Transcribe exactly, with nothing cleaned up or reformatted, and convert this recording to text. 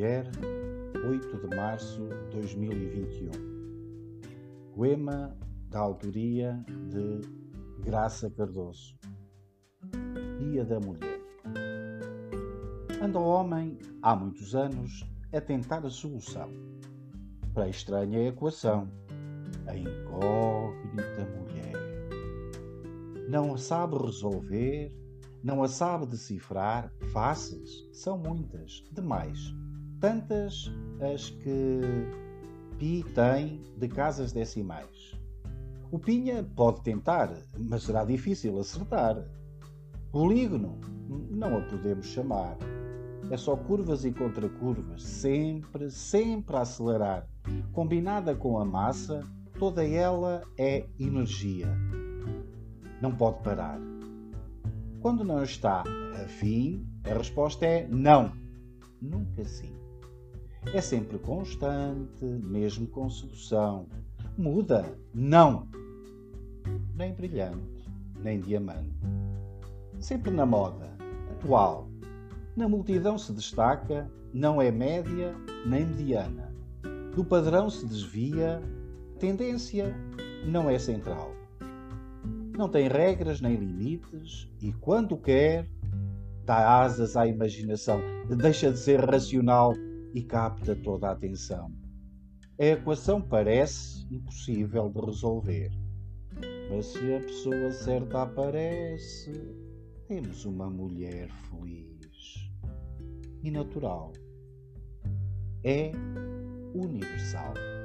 Mulher, oito de março de dois mil e vinte e um. Poema da autoria de Graça Cardoso. Dia da Mulher. Anda o homem, há muitos anos, a tentar a solução para a estranha equação, a incógnita mulher. Não a sabe resolver, não a sabe decifrar. Faces são muitas, demais, tantas as que Pi tem de casas decimais. O Pinha pode tentar, mas será difícil acertar. Polígono não a podemos chamar. É só curvas e contracurvas, sempre, sempre a acelerar. Combinada com a massa, toda ela é energia. Não pode parar. Quando não está afim, a resposta é não. Nunca sim. É sempre constante, mesmo com sedução. Muda? Não. Nem brilhante, nem diamante. Sempre na moda, atual. Na multidão se destaca, não é média nem mediana. Do padrão se desvia, tendência não é central. Não tem regras nem limites e, quando quer, dá asas à imaginação, deixa de ser racional e capta toda a atenção. A equação parece impossível de resolver, mas se a pessoa certa aparece, temos uma mulher feliz e natural. É universal.